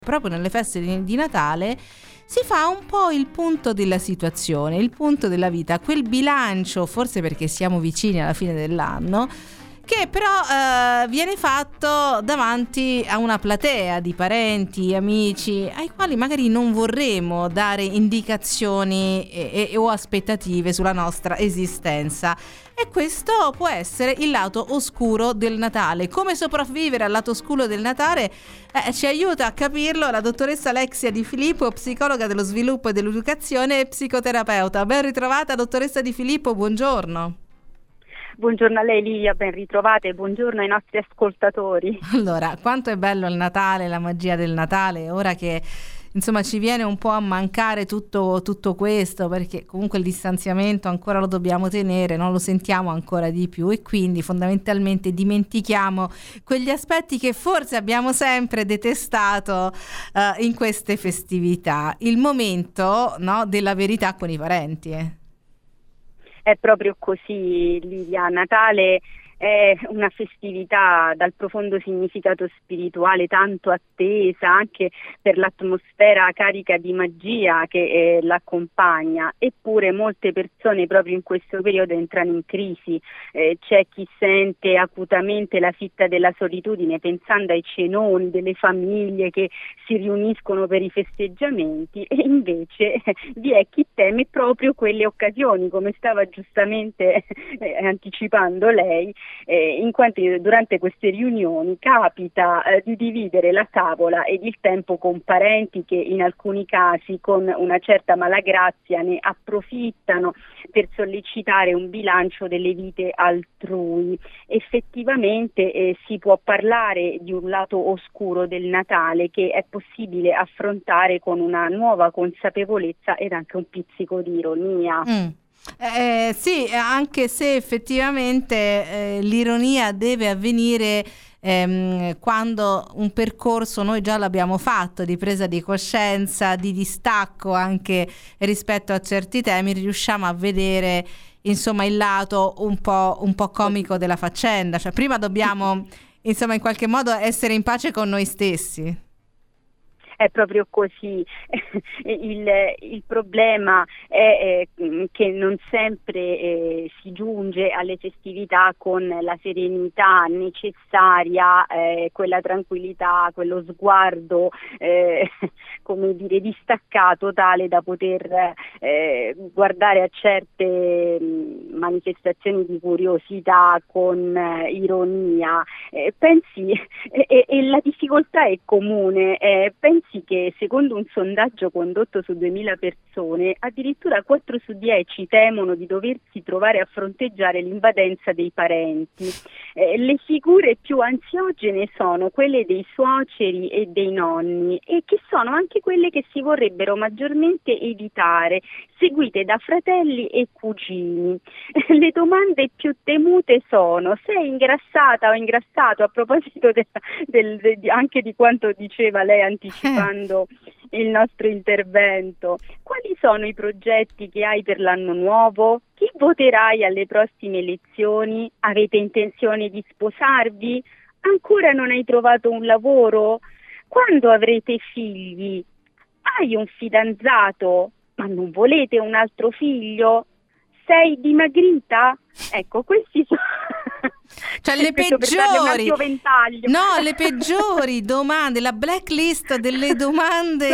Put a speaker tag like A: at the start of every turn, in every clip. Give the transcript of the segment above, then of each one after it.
A: proprio nelle feste di Natale si fa un po' il punto della situazione, il punto della vita, quel bilancio, forse perché siamo vicini alla fine dell'anno, che però viene fatto davanti a una platea di parenti, amici, ai quali magari non vorremmo dare indicazioni o aspettative sulla nostra esistenza. E questo può essere il lato oscuro del Natale. Come sopravvivere al lato oscuro del Natale? Ci aiuta a capirlo la dottoressa Alexia Di Filippo, psicologa dello sviluppo e dell'educazione e psicoterapeuta. Ben ritrovata, dottoressa Di Filippo, buongiorno.
B: Buongiorno a lei Livia, ben ritrovata e buongiorno ai nostri ascoltatori.
A: Allora, quanto è bello il Natale, la magia del Natale, ora che insomma ci viene un po' a mancare tutto questo, perché comunque il distanziamento ancora lo dobbiamo tenere, non lo sentiamo ancora di più e quindi fondamentalmente dimentichiamo quegli aspetti che forse abbiamo sempre detestato in queste festività, il momento, no, della verità con i parenti.
B: È proprio così, Livia. Natale è una festività dal profondo significato spirituale tanto attesa anche per l'atmosfera carica di magia che l'accompagna, eppure molte persone proprio in questo periodo entrano in crisi. C'è chi sente acutamente la fitta della solitudine pensando ai cenoni delle famiglie che si riuniscono per i festeggiamenti, e invece vi è chi teme proprio quelle occasioni, come stava giustamente anticipando lei, in quanto durante queste riunioni capita di dividere la tavola ed il tempo con parenti che in alcuni casi con una certa malagrazia ne approfittano per sollecitare un bilancio delle vite altrui. Effettivamente si può parlare di un lato oscuro del Natale che è possibile affrontare con una nuova consapevolezza ed anche un pizzico di ironia.
A: Sì, anche se effettivamente l'ironia deve avvenire quando un percorso noi già l'abbiamo fatto di presa di coscienza, di distacco anche rispetto a certi temi, riusciamo a vedere insomma il lato un po' comico della faccenda, cioè prima dobbiamo insomma in qualche modo essere in pace con noi stessi.
B: È proprio così. Il problema è che non sempre si giunge alle festività con la serenità necessaria, quella tranquillità, quello sguardo come dire distaccato tale da poter guardare a certe manifestazioni di curiosità con ironia. Pensi, e la difficoltà è comune, pensi che secondo un sondaggio condotto su 2000 persone addirittura 4 su 10 temono di doversi trovare a fronteggiare l'invadenza dei parenti. Le figure più ansiogene sono quelle dei suoceri e dei nonni, e che sono anche quelle che si vorrebbero maggiormente evitare, seguite da fratelli e cugini. Le domande più temute sono: sei ingrassata o ingrassato, a proposito anche di quanto diceva lei anticipando il nostro intervento. Quali sono i progetti che hai per l'anno nuovo? Chi voterai alle prossime elezioni? Avete intenzione di sposarvi? Ancora non hai trovato un lavoro? Quando avrete figli? Hai un fidanzato? Ma non volete un altro figlio? Sei dimagrita? Ecco, questi sono
A: cioè le peggiori, no, le peggiori domande, la blacklist delle domande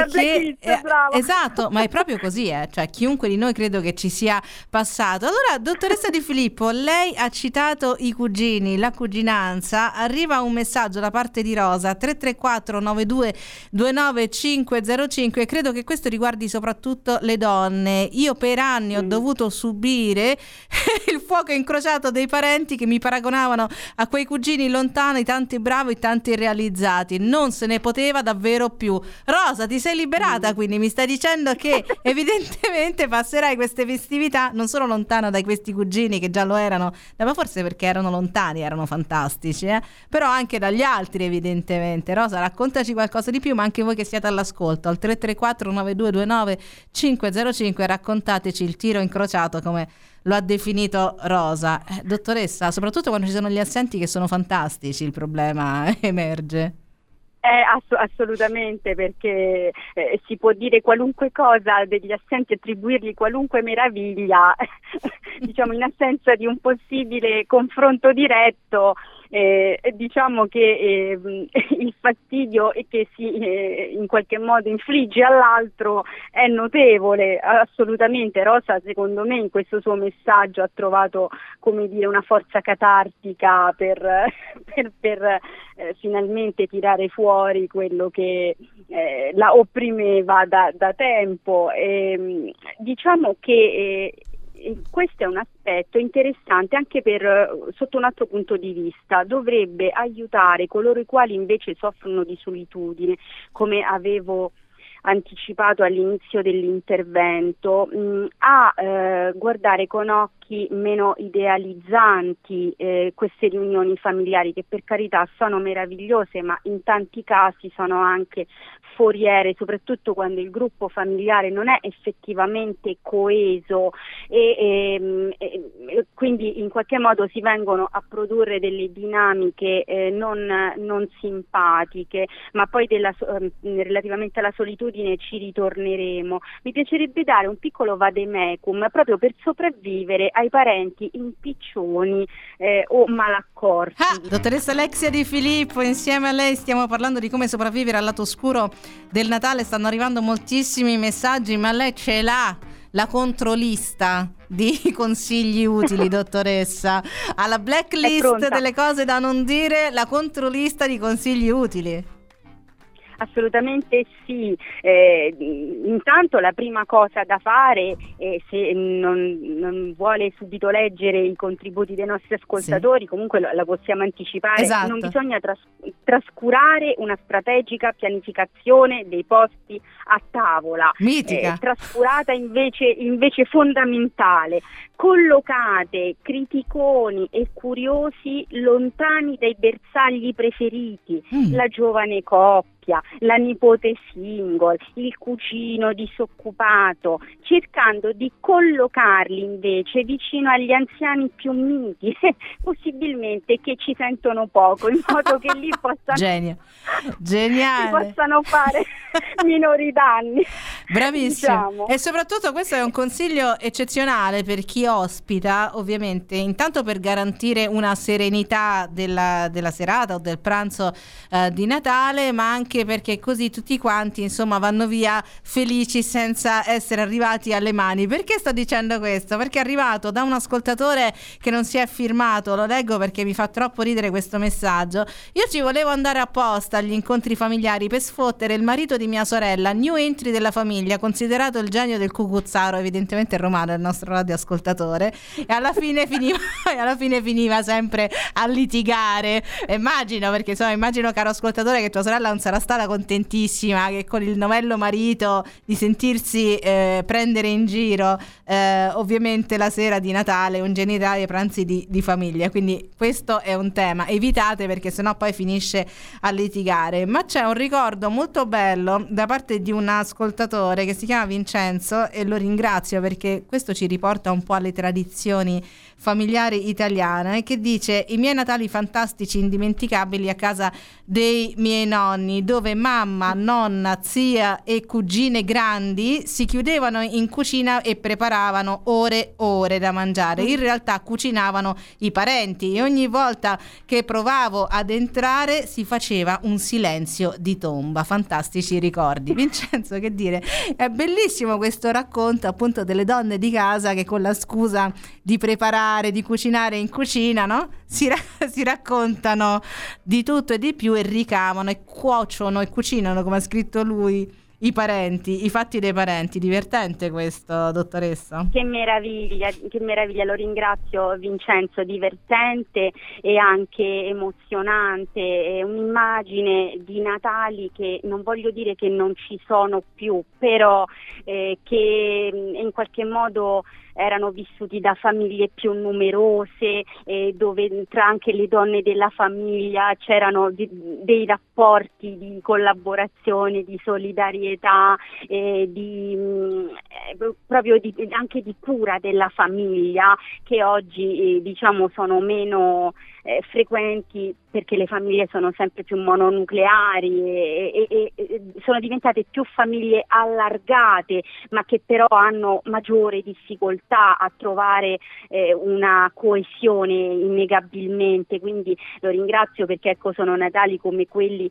A: esatto, ma è proprio così, cioè chiunque di noi credo che ci sia passato. Allora, dottoressa Di Filippo, lei ha citato i cugini, la cuginanza. Arriva un messaggio da parte di Rosa 334 92 29 505 e credo che questo riguardi soprattutto le donne. Io per anni ho dovuto subire il fuoco incrociato dei parenti che mi paragonavano a quei cugini lontani, tanti bravi, tanti irrealizzati. Non se ne poteva davvero più. Rosa, ti sei liberata, quindi mi stai dicendo che evidentemente passerai queste festività non solo lontano dai questi cugini che già lo erano, ma forse perché erano lontani, erano fantastici, però anche dagli altri evidentemente. Rosa, raccontaci qualcosa di più, ma anche voi che siete all'ascolto al 334 9229 505 raccontateci il tiro incrociato come lo ha definito Rosa. Dottoressa, soprattutto quando ci sono gli assenti che sono fantastici, il problema emerge.
B: Assolutamente, perché si può dire qualunque cosa degli assenti, attribuirgli qualunque meraviglia, diciamo in assenza di un possibile confronto diretto. Diciamo che il fastidio che si in qualche modo infligge all'altro è notevole, assolutamente. Rosa, secondo me, in questo suo messaggio ha trovato, come dire, una forza catartica per finalmente tirare fuori quello che la opprimeva da tempo. Diciamo che questo è un aspetto interessante anche sotto un altro punto di vista. Dovrebbe aiutare coloro i quali invece soffrono di solitudine, come avevo anticipato all'inizio dell'intervento, a guardare con occhi meno idealizzanti queste riunioni familiari, che per carità sono meravigliose, ma in tanti casi sono anche foriere, soprattutto quando il gruppo familiare non è effettivamente coeso e quindi in qualche modo si vengono a produrre delle dinamiche non simpatiche. Ma poi relativamente alla solitudine ci ritorneremo. Mi piacerebbe dare un piccolo vademecum proprio per sopravvivere ai parenti impiccioni o malaccorti.
A: Dottoressa Alexia Di Filippo, insieme a lei stiamo parlando di come sopravvivere al lato oscuro del Natale. Stanno arrivando moltissimi messaggi, ma lei ce l'ha la controlista di consigli utili, dottoressa? Alla blacklist delle cose da non dire, la controlista di consigli utili?
B: Assolutamente sì. Intanto la prima cosa da fare, se non vuole subito leggere i contributi dei nostri ascoltatori, sì, comunque la possiamo anticipare. Esatto. Non bisogna trascurare una strategica pianificazione dei posti a tavola.
A: Mitica.
B: Trascurata invece fondamentale. Collocate criticoni e curiosi lontani dai bersagli preferiti, la giovane coppia, la nipote single, il cugino disoccupato, cercando di collocarli invece vicino agli anziani più miti, possibilmente che ci sentono poco, in modo che lì possano fare minori danni.
A: Bravissimo.
B: Diciamo.
A: E soprattutto questo è un consiglio eccezionale per chi ospita, ovviamente, intanto per garantire una serenità della serata o del pranzo di Natale, ma anche perché così tutti quanti insomma vanno via felici senza essere arrivati alle mani. Perché sto dicendo questo? Perché è arrivato da un ascoltatore che non si è firmato, lo leggo perché mi fa troppo ridere questo messaggio. Io ci volevo andare apposta agli incontri familiari per sfottere il marito di mia sorella, new entry della famiglia, considerato il genio del cucuzzaro, evidentemente è romano il nostro radioascoltatore, e alla fine finiva sempre a litigare. Immagino, perché immagino, caro ascoltatore, che tua sorella non sarà stata contentissima che con il novello marito di sentirsi prendere in giro ovviamente la sera di Natale, un genitale pranzi di famiglia. Quindi questo è un tema, evitate, perché sennò poi finisce a litigare. Ma c'è un ricordo molto bello da parte di un ascoltatore che si chiama Vincenzo, e lo ringrazio perché questo ci riporta un po' alle tradizioni familiari italiane, che dice: i miei Natali fantastici, indimenticabili a casa dei miei nonni, dove mamma, nonna, zia e cugine grandi si chiudevano in cucina e preparavano ore da mangiare. In realtà cucinavano i parenti, e ogni volta che provavo ad entrare si faceva un silenzio di tomba. Fantastici ricordi. Vincenzo, che dire, è bellissimo questo racconto appunto delle donne di casa che con la scusa di preparare, di cucinare in cucina, no? Si raccontano di tutto e di più, e ricamano e cuociono e cucinano, come ha scritto lui, i parenti, i fatti dei parenti. Divertente questo, dottoressa.
B: Che meraviglia, lo ringrazio Vincenzo, divertente e anche emozionante, è un'immagine di Natali che non voglio dire che non ci sono più, però che in qualche modo erano vissuti da famiglie più numerose, dove tra anche le donne della famiglia c'erano dei rapporti di collaborazione, di solidarietà, proprio anche di cura della famiglia, che oggi diciamo sono meno frequenti, perché le famiglie sono sempre più mononucleari e sono diventate più famiglie allargate, ma che però hanno maggiore difficoltà a trovare una coesione innegabilmente. Quindi lo ringrazio, perché ecco, sono Natali come quelli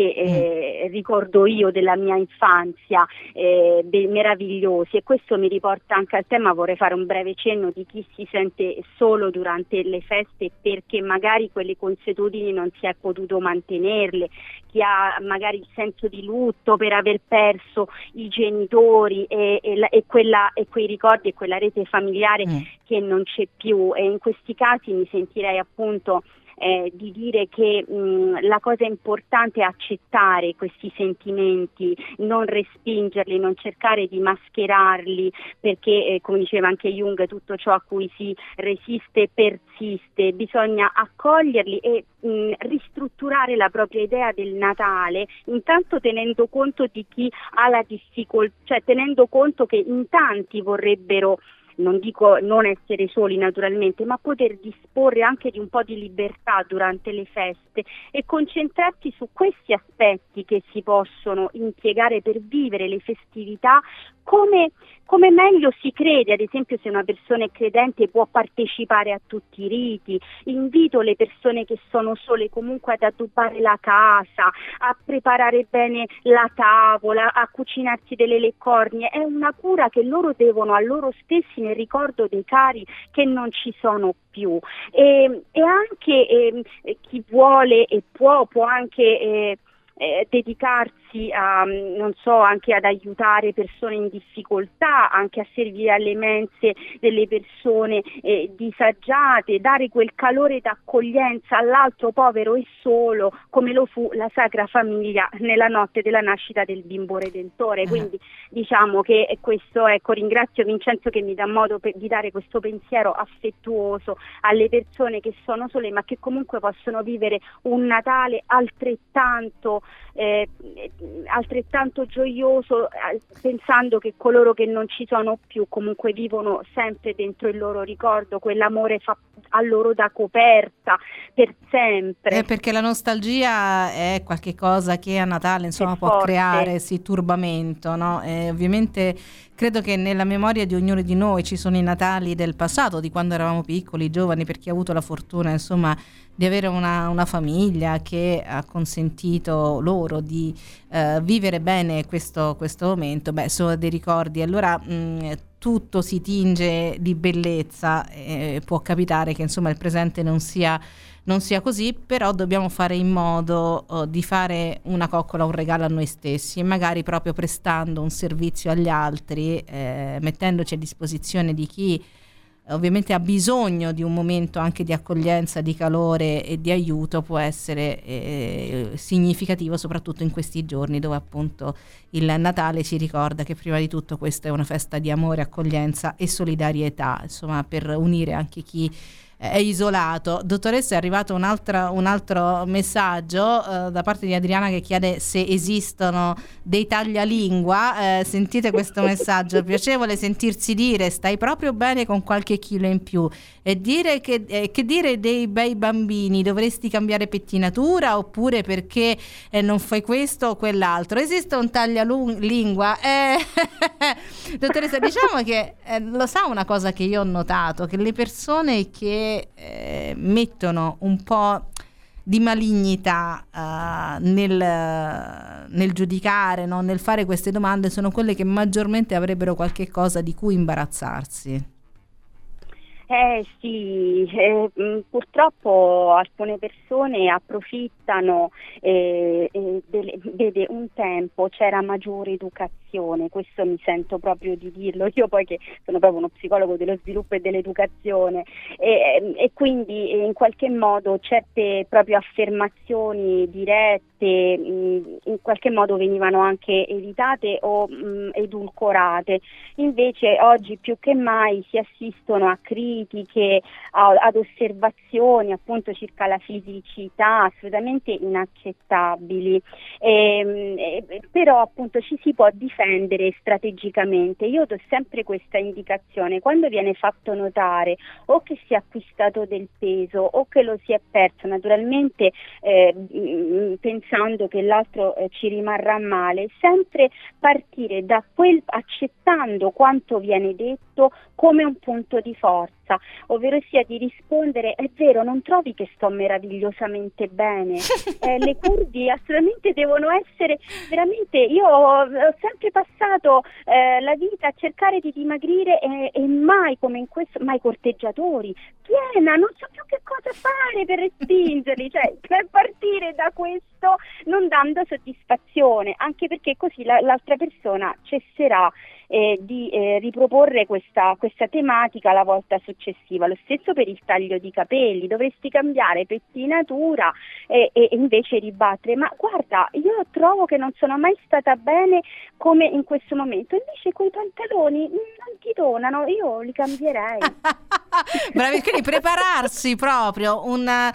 B: che ricordo io della mia infanzia, meravigliosi, e questo mi riporta anche al tema. Vorrei fare un breve cenno di chi si sente solo durante le feste perché magari quelle consuetudini non si è potuto mantenerle, chi ha magari il senso di lutto per aver perso i genitori e quei ricordi e quella rete familiare che non c'è più, e in questi casi mi sentirei appunto di dire che la cosa importante è accettare questi sentimenti, non respingerli, non cercare di mascherarli, perché come diceva anche Jung, tutto ciò a cui si resiste persiste. Bisogna accoglierli e ristrutturare la propria idea del Natale, intanto tenendo conto di chi ha la difficoltà, cioè tenendo conto che in tanti vorrebbero, non dico non essere soli naturalmente, ma poter disporre anche di un po' di libertà durante le feste e concentrarsi su questi aspetti che si possono impiegare per vivere le festività come meglio si crede. Ad esempio, se una persona è credente può partecipare a tutti i riti. Invito le persone che sono sole comunque ad addobbare la casa, a preparare bene la tavola, a cucinarsi delle leccornie. È una cura che loro devono a loro stessi nel ricordo dei cari che non ci sono più. E anche chi vuole e può anche dedicarsi a, non so, anche ad aiutare persone in difficoltà, anche a servire alle mense delle persone disagiate, dare quel calore d'accoglienza all'altro povero e solo, come lo fu la Sacra Famiglia nella notte della nascita del bimbo redentore. Quindi diciamo che questo, ecco, ringrazio Vincenzo che mi dà modo di dare questo pensiero affettuoso alle persone che sono sole, ma che comunque possono vivere un Natale altrettanto gioioso, pensando che coloro che non ci sono più comunque vivono sempre dentro il loro ricordo, quell'amore fa a loro da coperta per sempre.
A: Perché la nostalgia è qualche cosa che a Natale può
B: forte
A: creare turbamento, no? Ovviamente credo che nella memoria di ognuno di noi ci sono i Natali del passato, di quando eravamo piccoli, giovani, per chi ha avuto la fortuna di avere una famiglia che ha consentito loro di vivere bene questo momento. Sono dei ricordi. Allora tutto si tinge di bellezza, può capitare che il presente non sia così, però dobbiamo fare in modo di fare una coccola, un regalo a noi stessi, e magari proprio prestando un servizio agli altri, mettendoci a disposizione di chi ovviamente ha bisogno di un momento anche di accoglienza, di calore e di aiuto. Può essere significativo, soprattutto in questi giorni dove appunto il Natale ci ricorda che prima di tutto questa è una festa di amore, accoglienza e solidarietà, per unire anche chi è isolato. Dottoressa, è arrivato un altro messaggio da parte di Adriana che chiede se esistono dei taglialingua. Sentite questo messaggio: piacevole sentirsi dire stai proprio bene con qualche chilo in più, e dire che dire dei bei bambini, dovresti cambiare pettinatura, oppure perché non fai questo o quell'altro. Esiste un taglialingua? Dottoressa, diciamo che lo sa una cosa che io ho notato, che le persone che mettono un po' di malignità nel giudicare, no? Nel fare queste domande, sono quelle che maggiormente avrebbero qualche cosa di cui imbarazzarsi.
B: Sì, purtroppo alcune persone approfittano, vede, un tempo c'era maggiore educazione, questo mi sento proprio di dirlo, io poi che sono proprio uno psicologo dello sviluppo e dell'educazione, e quindi in qualche modo certe proprio affermazioni dirette in qualche modo venivano anche evitate o edulcorate. Invece oggi più che mai si assistono a critiche, ad osservazioni appunto circa la fisicità assolutamente inaccettabili, però appunto ci si può difendere spendere strategicamente. Io do sempre questa indicazione: quando viene fatto notare o che si è acquistato del peso o che lo si è perso, naturalmente pensando che l'altro ci rimarrà male, sempre partire da accettando quanto viene detto come un punto di forza, ovvero sia di rispondere: è vero, non trovi che sto meravigliosamente bene? Le curvi assolutamente devono essere veramente, io ho sempre passato la vita a cercare di dimagrire e mai come in questo, mai corteggiatori, piena, non so più che cosa fare per respingerli, cioè per partire da questo non dando soddisfazione, anche perché così l'altra persona cesserà di riproporre questa tematica la volta successiva. Lo stesso per il taglio di capelli: dovresti cambiare pettinatura e invece ribattere: ma guarda, io trovo che non sono mai stata bene come in questo momento, invece quei pantaloni non ti donano, io li cambierei.
A: Bravi, quindi prepararsi proprio una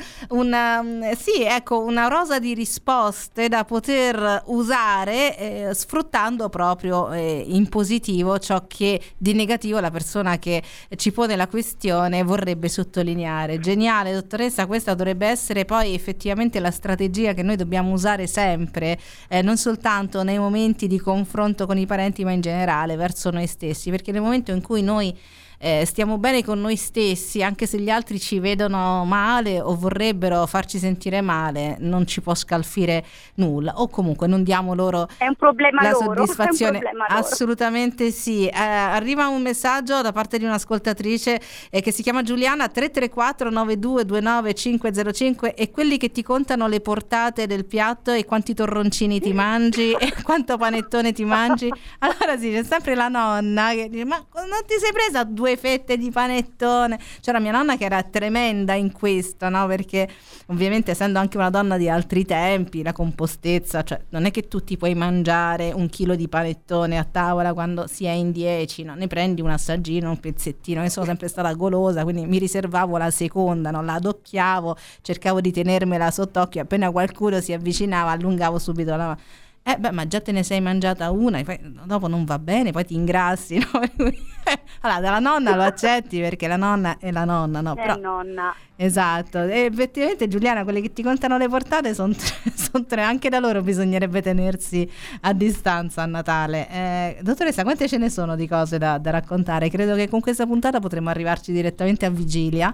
A: rosa di risposte da poter usare sfruttando proprio in positivo ciò che di negativo la persona che ci pone la questione vorrebbe sottolineare. Geniale, dottoressa, questa dovrebbe essere poi effettivamente la strategia che noi dobbiamo usare sempre, non soltanto nei momenti di confronto con i parenti, ma in generale verso noi stessi, perché nel momento in cui noi stiamo bene con noi stessi, anche se gli altri ci vedono male o vorrebbero farci sentire male, non ci può scalfire nulla, o comunque non diamo loro
B: è un problema
A: la
B: loro,
A: soddisfazione.
B: è un problema loro.
A: Assolutamente sì. Arriva un messaggio da parte di un'ascoltatrice che si chiama Giuliana, 334 9229 505, e quelli che ti contano le portate del piatto e quanti torroncini ti mangi e quanto panettone ti mangi. Allora sì, c'è sempre la nonna che dice: ma non ti sei presa 2 fette di panettone? C'era mia nonna che era tremenda in questo, no? Perché ovviamente, essendo anche una donna di altri tempi, la compostezza, cioè non è che tu ti puoi mangiare 1 chilo di panettone a tavola quando si è in 10, no? Ne prendi un assaggino, un pezzettino. Io sono sempre stata golosa, quindi mi riservavo la seconda, non la adocchiavo, cercavo di tenermela sott'occhio, appena qualcuno si avvicinava allungavo subito la mano. Ma già te ne sei mangiata una e poi dopo non va bene, poi ti ingrassi, no? Allora dalla nonna lo accetti perché la nonna è la nonna, no? Però,
B: nonna.
A: Esatto, e effettivamente Giuliana, quelli che ti contano le portate sono tre, anche da loro bisognerebbe tenersi a distanza a Natale. Dottoressa, quante ce ne sono di cose da raccontare? Credo che con questa puntata potremmo arrivarci direttamente a vigilia.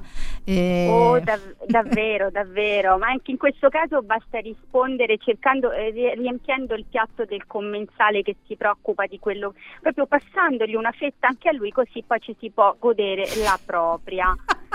B: Davvero, davvero, ma anche in questo caso basta rispondere cercando, riempiendo il piatto del commensale che si preoccupa di quello, proprio passandogli una fetta anche a lui, così poi ci si può godere la propria.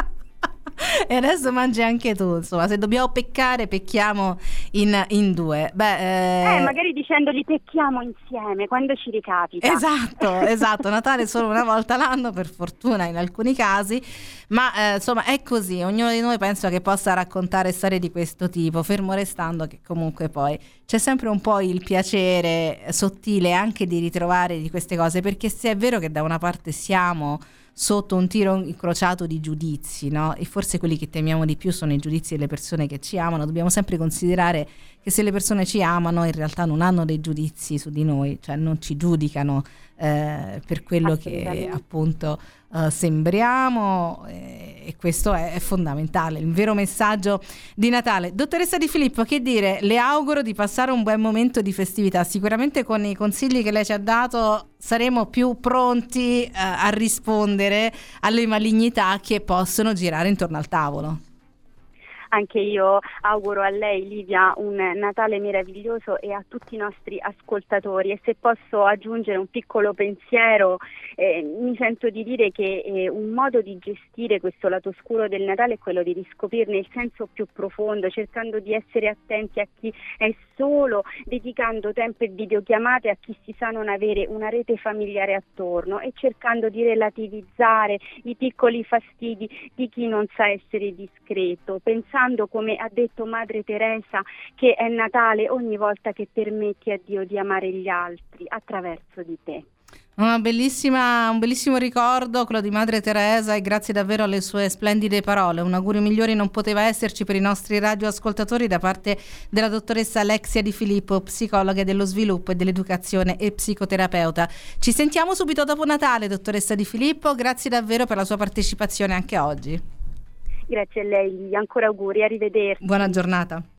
A: E adesso mangi anche tu, insomma, se dobbiamo peccare pecchiamo in 2.
B: Magari dicendogli pecchiamo insieme quando ci ricapita.
A: Esatto, Natale solo una volta l'anno, per fortuna in alcuni casi, ma insomma è così, ognuno di noi penso che possa raccontare storie di questo tipo, fermo restando che comunque poi c'è sempre un po' il piacere sottile anche di ritrovare di queste cose, perché se è vero che da una parte siamo sotto un tiro incrociato di giudizi, no? E forse quelli che temiamo di più sono i giudizi delle persone che ci amano. Dobbiamo sempre considerare che se le persone ci amano in realtà non hanno dei giudizi su di noi, cioè non ci giudicano per quello che appunto sembriamo, e questo è fondamentale, il vero messaggio di Natale. Dottoressa Di Filippo, che dire, le auguro di passare un buon momento di festività. Sicuramente con i consigli che lei ci ha dato saremo più pronti a rispondere alle malignità che possono girare intorno al tavolo.
B: Anche io auguro a lei, Livia, un Natale meraviglioso e a tutti i nostri ascoltatori. E se posso aggiungere un piccolo pensiero, mi sento di dire che un modo di gestire questo lato oscuro del Natale è quello di riscoprirne il senso più profondo, cercando di essere attenti a chi è solo, dedicando tempo e videochiamate a chi si sa non avere una rete familiare attorno, e cercando di relativizzare i piccoli fastidi di chi non sa essere discreto, pensando, come ha detto Madre Teresa, che è Natale ogni volta che permetti a Dio di amare gli altri attraverso di te.
A: Un bellissimo ricordo, quello di Madre Teresa, e grazie davvero alle sue splendide parole. Un augurio migliore non poteva esserci per i nostri radioascoltatori da parte della dottoressa Alexia Di Filippo, psicologa dello sviluppo e dell'educazione e psicoterapeuta. Ci sentiamo subito dopo Natale, dottoressa Di Filippo, grazie davvero per la sua partecipazione anche oggi.
B: Grazie a lei, ancora auguri, arrivederci.
A: Buona giornata.